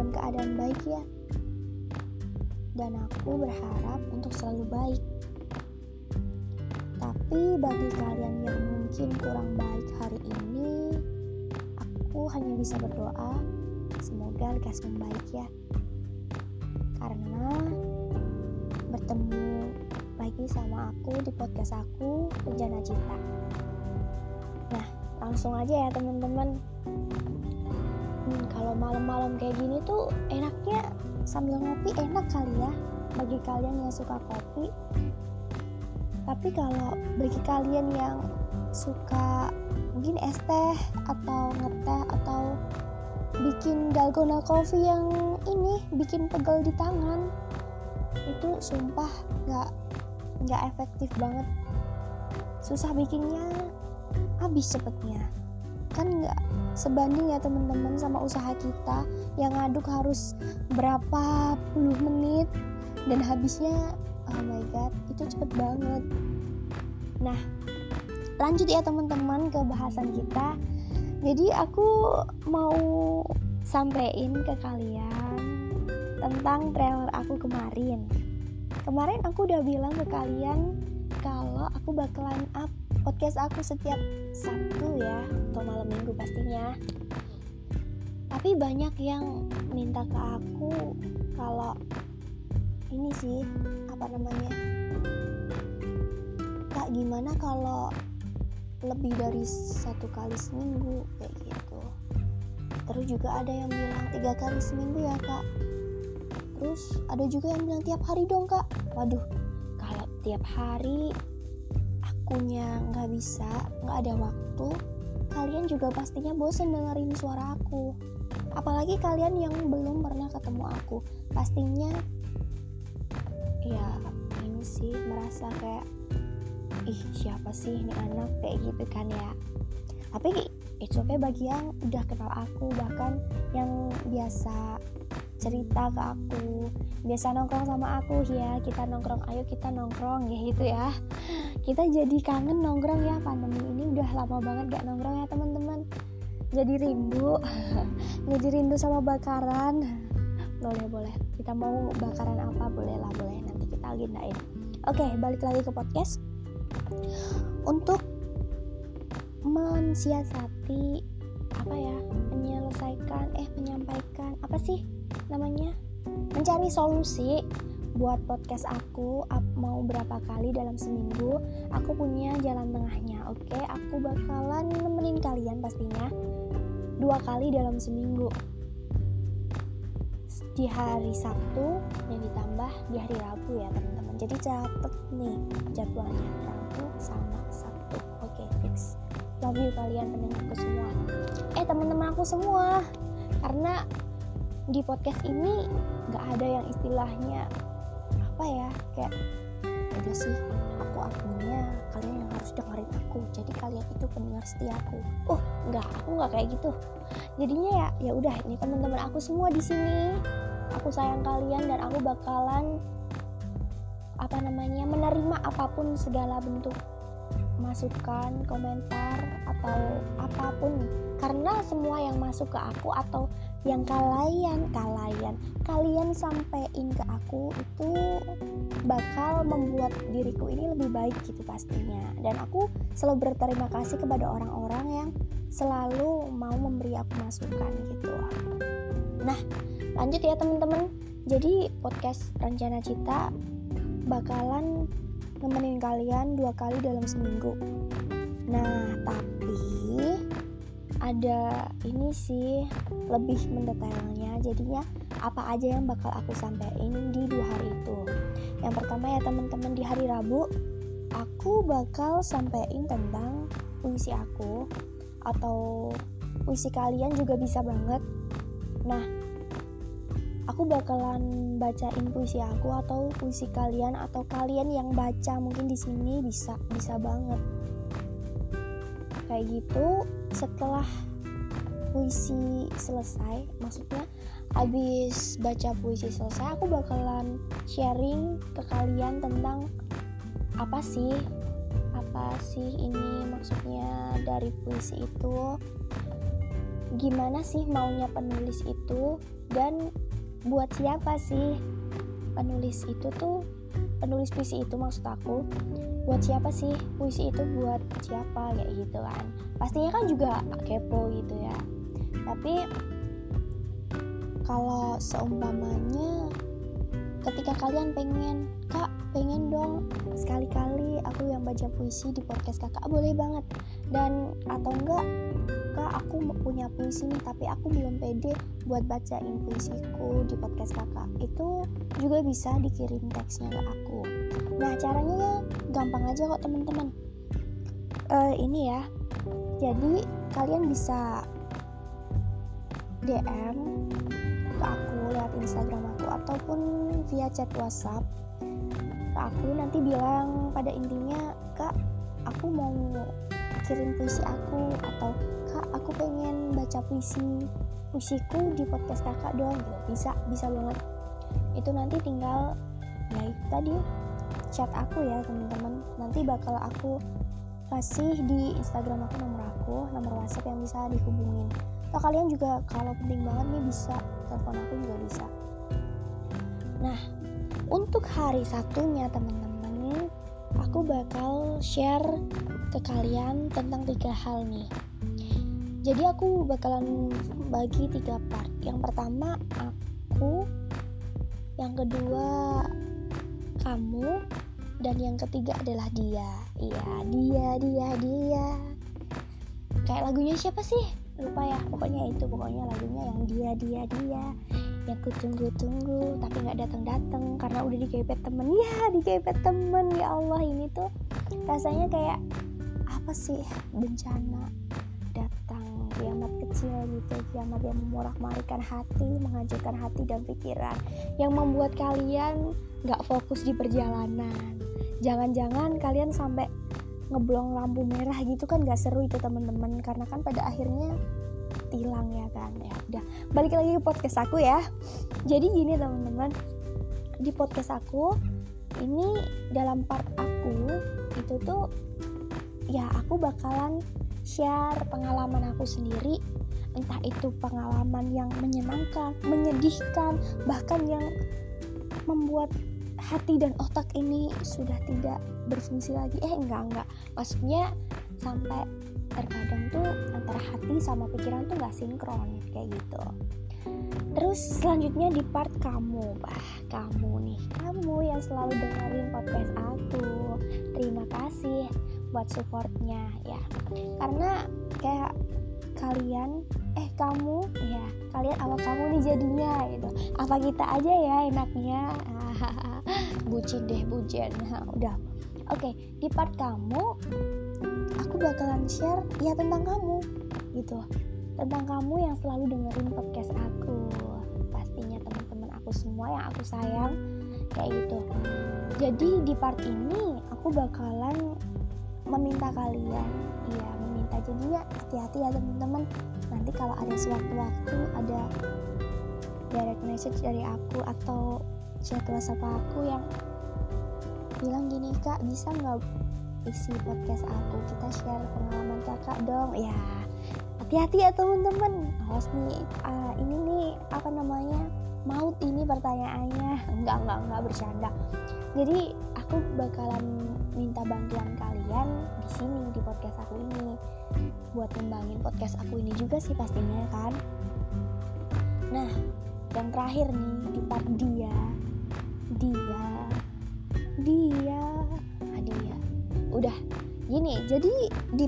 dalam keadaan baik ya. Dan aku berharap untuk selalu baik. Tapi bagi kalian yang mungkin kurang baik hari ini, aku hanya bisa berdoa semoga lekas membaik ya. Karena bertemu lagi sama aku di podcast aku, Rencana Cita. Nah, langsung aja ya teman-teman. Kalau malam-malam kayak gini tuh enaknya sambil ngopi enak kali ya bagi kalian yang suka kopi. Tapi kalau bagi kalian yang suka mungkin es teh atau ngeteh atau bikin dalgona coffee yang ini bikin pegel di tangan, itu sumpah nggak efektif banget. Susah bikinnya, habis cepetnya. Kan nggak sebanding ya teman-teman sama usaha kita yang ngaduk harus berapa puluh menit dan habisnya oh my god itu cepet banget. Nah, lanjut ya teman-teman ke bahasan kita. Jadi aku mau sampein ke kalian tentang trailer aku kemarin. Kemarin aku udah bilang ke kalian kalau aku bakalan up podcast aku setiap Sabtu ya, atau malam minggu pastinya. Tapi banyak yang minta ke aku kalau ini sih, Kak gimana kalau lebih dari 1 kali seminggu kayak gitu. Terus juga ada yang bilang 3 kali seminggu ya kak. Terus ada juga yang bilang tiap hari dong kak. Waduh, kalau tiap hari akunya nggak bisa, nggak ada waktu, kalian juga pastinya bosan dengerin suara aku. Apalagi kalian yang belum pernah ketemu aku, pastinya ya ini sih merasa kayak ih siapa sih ini anak kayak gitu kan ya. Tapi it's okay bagi yang udah kenal aku, bahkan yang biasa cerita ke aku, biasa nongkrong sama aku ya, kita nongkrong, ayo kita nongkrong ya gitu ya. Kita jadi kangen nongkrong ya, pandemi ini udah lama banget gak nongkrong ya teman-teman. Jadi rindu jadi rindu sama bakaran. Boleh kita mau bakaran apa, boleh nanti kita agendain. Oke, balik lagi ke podcast. Untuk mensiasati menyampaikan mencari solusi buat podcast aku mau berapa kali dalam seminggu, aku punya jalan tengahnya. Oke, aku bakalan nemenin kalian pastinya 2 kali dalam seminggu, di hari Sabtu dan ditambah di hari Rabu ya teman-teman. Jadi catet nih jadwalnya, Rabu sama Sabtu. Oke, fix. Love you kalian pendengarku semua, teman-teman aku semua. Karena di podcast ini nggak ada yang istilahnya kayak udah sih aku adminnya, kalian yang harus dengerin aku, jadi kalian itu pendengar setiaku. Aku nggak kayak gitu. Jadinya ya udah, ini teman-teman aku semua di sini, aku sayang kalian dan aku bakalan menerima apapun segala bentuk masukan, komentar atau apapun, karena semua yang masuk ke aku atau yang kalian sampein ke aku itu bakal membuat diriku ini lebih baik gitu pastinya. Dan aku selalu berterima kasih kepada orang-orang yang selalu mau memberi aku masukan gitu. Nah, lanjut ya teman-teman. Jadi podcast Rencana Cita bakalan nemenin kalian 2 kali dalam seminggu. Nah, tapi ada ini sih lebih mendetailnya. Jadinya apa aja yang bakal aku sampaikan di 2 hari itu. Yang pertama ya teman-teman, di hari Rabu aku bakal sampaikan tentang puisi aku, atau puisi kalian juga bisa banget. Nah, aku bakalan bacain puisi aku atau puisi kalian, atau kalian yang baca mungkin di sini bisa banget. Kayak gitu, setelah puisi selesai, maksudnya abis baca puisi selesai, aku bakalan sharing ke kalian tentang apa sih ini maksudnya dari puisi itu. gimana sih maunya penulis itu, dan buat siapa sih penulis itu tuh, penulis puisi itu maksud aku, buat siapa sih puisi itu, buat siapa, kayak gitu kan. Pastinya kan juga kepo gitu ya. Tapi kalau seumpamanya ketika kalian pengen, Kak pengen dong sekali-kali aku yang baca puisi di podcast kakak, boleh banget. Dan atau enggak, Kak aku punya puisi nih tapi aku belum pede buat bacain puisiku di podcast kakak, itu juga bisa dikirim teksnya ke aku. Nah caranya gampang aja kok teman-teman. Ini ya, jadi kalian bisa DM ke aku lewat Instagram aku ataupun via chat WhatsApp ke aku, nanti bilang pada intinya, Kak aku mau kirim puisi aku, atau Kak aku pengen baca puisiku di podcast kakak dong, gitu. Bisa banget. Itu nanti tinggal ya itu tadi, chat aku ya teman-teman. Nanti bakal aku kasih di Instagram aku nomor WhatsApp yang bisa dihubungin. Atau kalian juga kalau penting banget nih bisa telepon aku juga bisa. Nah, untuk hari Sabtunya teman-teman, aku bakal share ke kalian tentang 3 hal nih. Jadi aku bakalan bagi 3 part. Yang pertama aku, yang kedua kamu, dan yang ketiga adalah dia. Iya, dia. Kayak lagunya siapa sih? Lupa ya. Pokoknya lagunya yang dia. Yang ku tunggu tapi nggak datang karena udah digepet temen. Ya, digepet temen. Ya Allah, ini tuh rasanya kayak apa sih? Bencana datang, kiamat kecil gitu, kiamat yang memorak-marikan hati, menghancurkan hati dan pikiran, yang membuat kalian nggak fokus di perjalanan. Jangan-jangan kalian sampai ngeblong lampu merah gitu kan, nggak seru itu teman-teman, karena kan pada akhirnya tilang ya kan. Ya udah, balik lagi ke podcast aku ya. Jadi gini teman-teman, di podcast aku ini dalam part aku itu tuh ya aku bakalan share pengalaman aku sendiri, entah itu pengalaman yang menyenangkan, menyedihkan, bahkan yang membuat hati dan otak ini sudah tidak berfungsi lagi. Enggak, maksudnya sampai terkadang tuh antara hati sama pikiran tuh gak sinkron kayak gitu. Terus selanjutnya di part kamu, kamu yang selalu dengerin podcast aku, terima kasih buat supportnya ya, karena kayak kalian kalian apa kamu nih jadinya gitu, apa kita aja ya enaknya. Bucin. Nah, udah oke. Di part kamu aku bakalan share ya tentang kamu gitu, tentang kamu yang selalu dengerin podcast aku, pastinya teman-teman aku semua yang aku sayang kayak gitu. Jadi di part ini aku bakalan meminta kalian, jadinya hati-hati ya teman-teman. Nanti kalau ada sewaktu-waktu ada direct message dari aku atau chat WhatsApp aku yang bilang gini, Kak bisa nggak isi podcast aku, kita share pengalaman kakak dong. Ya hati-hati ya teman-teman. Awas nih, ini nih maut ini pertanyaannya. Enggak bercanda. Jadi aku bakalan minta bantuan kalian di sini di podcast aku ini buat ngembangin podcast aku ini juga sih pastinya kan. Nah, yang terakhir nih di part dia. Udah gini, jadi di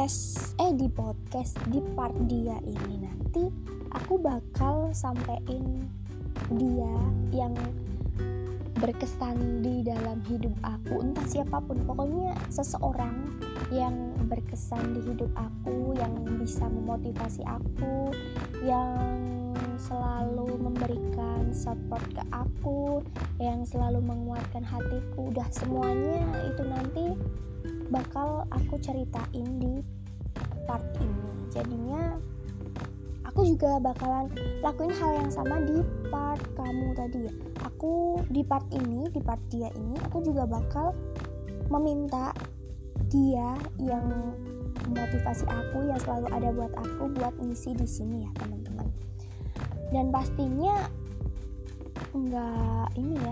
part dia ini nanti aku bakal sampein dia yang berkesan di dalam hidup aku, entah siapapun, pokoknya seseorang yang berkesan di hidup aku, yang bisa memotivasi aku, yang selalu memberikan support ke aku, yang selalu menguatkan hatiku. Udah semuanya itu nanti bakal aku ceritain di part ini. Jadinya aku juga bakalan lakuin hal yang sama di part kamu tadi ya. Aku di part dia ini aku juga bakal meminta dia yang motivasi aku, yang selalu ada buat aku buat ngisi di sini ya teman-teman. Dan pastinya nggak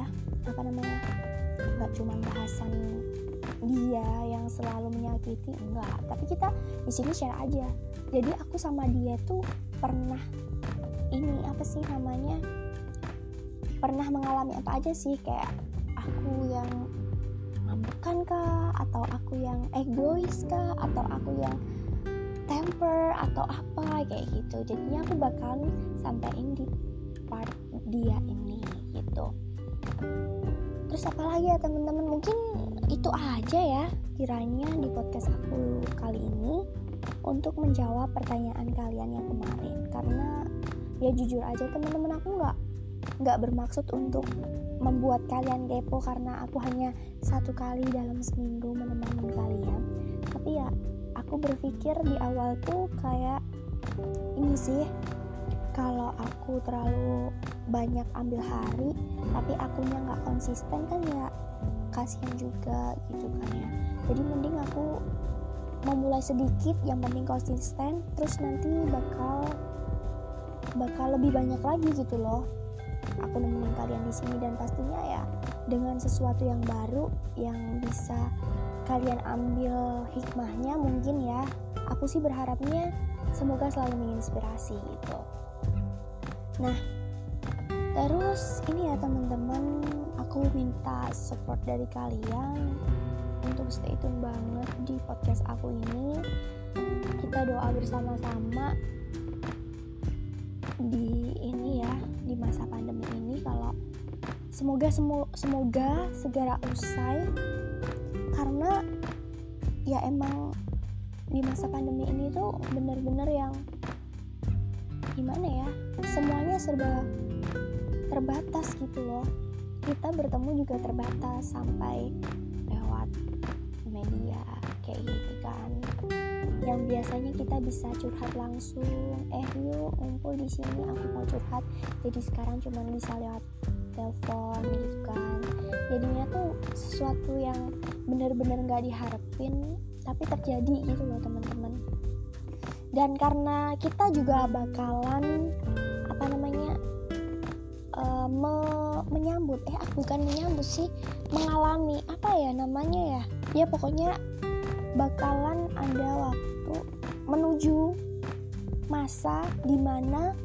cuma bahasan dia yang selalu menyakiti, enggak, tapi kita di sini share aja. Jadi aku sama dia tuh pernah pernah mengalami apa aja sih, kayak aku yang ngambekan kah, atau aku yang egois kah, atau aku yang temper atau apa kayak gitu. Jadinya aku bakal sampein di part dia ini gitu. Terus apalagi ya teman-teman, mungkin itu aja ya kiranya di podcast aku kali ini untuk menjawab pertanyaan kalian yang kemarin. Karena ya jujur aja teman-teman, aku nggak bermaksud untuk membuat kalian kepo, karena aku hanya 1 kali dalam seminggu menemani kalian. Tapi ya aku berpikir di awal tuh kayak ini sih, kalau aku terlalu banyak ambil hari tapi akunya nggak konsisten kan ya kasihan juga gitu kan ya. Jadi mending aku memulai sedikit, yang penting konsisten, terus nanti bakal lebih banyak lagi gitu loh aku nemenin kalian di sini. Dan pastinya ya dengan sesuatu yang baru yang bisa kalian ambil hikmahnya mungkin ya. Aku sih berharapnya semoga selalu menginspirasi gitu. Nah, terus ini ya teman-teman, aku minta support dari kalian untuk stay tune banget di podcast aku ini. Kita doa bersama-sama di masa pandemi ini, kalau semoga segera usai. Karena ya emang di masa pandemi ini tuh bener-bener yang gimana ya, semuanya serba terbatas gitu loh. Kita bertemu juga terbatas, sampai lewat media kayak gitu kan, yang biasanya kita bisa curhat langsung, yuk ngumpul di sini aku mau curhat, jadi sekarang cuma bisa lewat telepon gitu kan. Jadinya tuh sesuatu yang bener-bener nggak diharapin tapi terjadi gitu loh teman-teman. Dan karena kita juga bakalan mengalami ya pokoknya bakalan ada waktu menuju masa dimana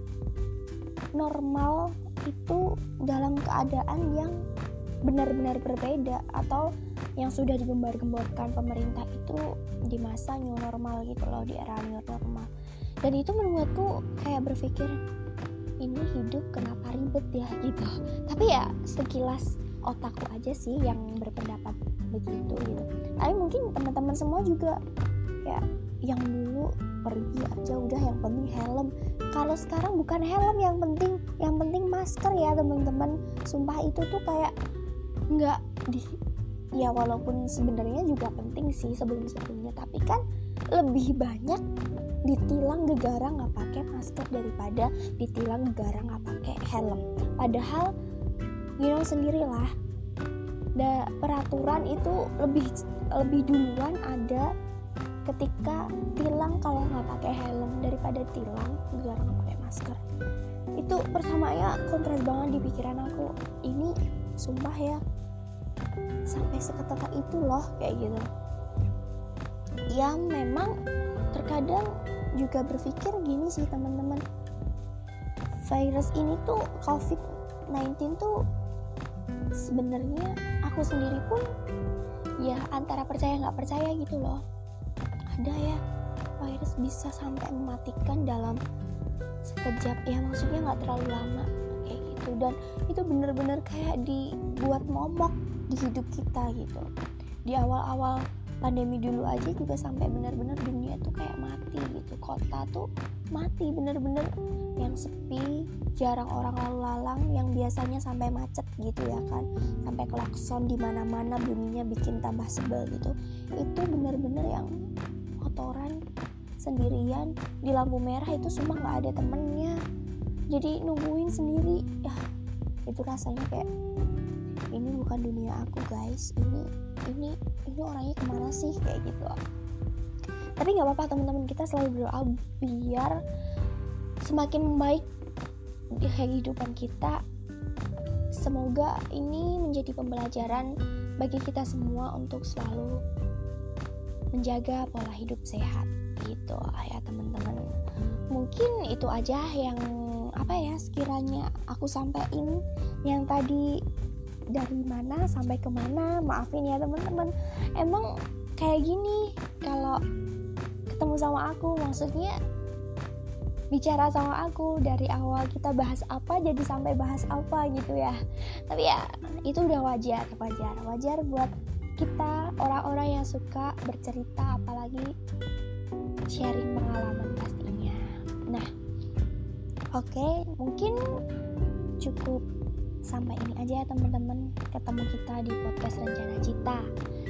normal itu dalam keadaan yang benar-benar berbeda, atau yang sudah digembar-gemborkan pemerintah itu di masa new normal gitu loh, di era new normal. Dan itu membuatku kayak berpikir, ini hidup kenapa ribet ya gitu. Tapi ya sekilas otakku aja sih yang berpendapat begitu gitu. Tapi mungkin teman-teman semua juga kayak yang dulu pergi aja udah, yang penting helm. Kalau sekarang bukan helm yang penting masker ya teman-teman. Sumpah itu tuh kayak nggak ya walaupun sebenarnya juga penting sih sebelum-sebelumnya, tapi kan lebih banyak ditilang gegara nggak pakai masker daripada ditilang gegara nggak pakai helm. Padahal sendirilah, peraturan itu lebih duluan ada ketika tilang kalau nggak pakai helm daripada tilang gegara nggak pakai masker. Itu pertamanya kontras banget di pikiran aku. Ini sumpah ya, sampai seketika itu loh kayak gitu. Ya memang terkadang juga berpikir gini sih teman-teman, virus ini tuh COVID-19 tuh sebenarnya aku sendiri pun ya antara percaya nggak percaya gitu loh. Ada ya virus bisa sampai mematikan dalam sekejap, ya maksudnya nggak terlalu lama kayak gitu. Dan itu bener-bener kayak dibuat momok di hidup kita gitu. Di awal-awal pandemi dulu aja juga sampai benar-benar dunia tuh kayak mati gitu, kota tuh mati bener-bener, yang sepi, jarang orang lalu lalang, yang biasanya sampai macet gitu ya kan, sampai klakson di mana-mana bunyinya bikin tambah sebel gitu. Itu bener-bener yang motoran sendirian di lampu merah itu semua nggak ada temennya, jadi nungguin sendiri ya. Itu rasanya kayak ini bukan dunia aku guys, ini orangnya kemana sih kayak gitu. Tapi nggak apa-apa teman-teman, kita selalu berdoa biar semakin baik di kehidupan kita. Semoga ini menjadi pembelajaran bagi kita semua untuk selalu menjaga pola hidup sehat gitu ya teman-teman. Mungkin itu aja yang sekiranya aku sampaikan, yang tadi dari mana sampai kemana, maafin ya teman-teman. Emang kayak gini kalau ketemu sama aku, maksudnya bicara sama aku dari awal kita bahas apa jadi sampai bahas apa gitu ya. Tapi ya itu udah wajar buat kita orang-orang yang suka bercerita, apalagi sharing pengalaman pastinya. Nah, oke, mungkin cukup sampai ini aja ya teman-teman. Ketemu kita di podcast Rencana Cita.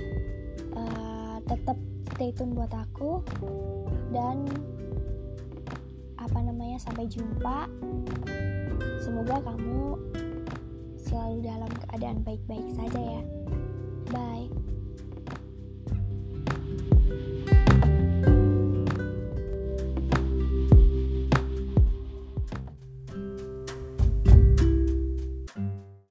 Tetap stay tune buat aku, dan sampai jumpa. Semoga kamu selalu dalam keadaan baik-baik saja ya. Bye.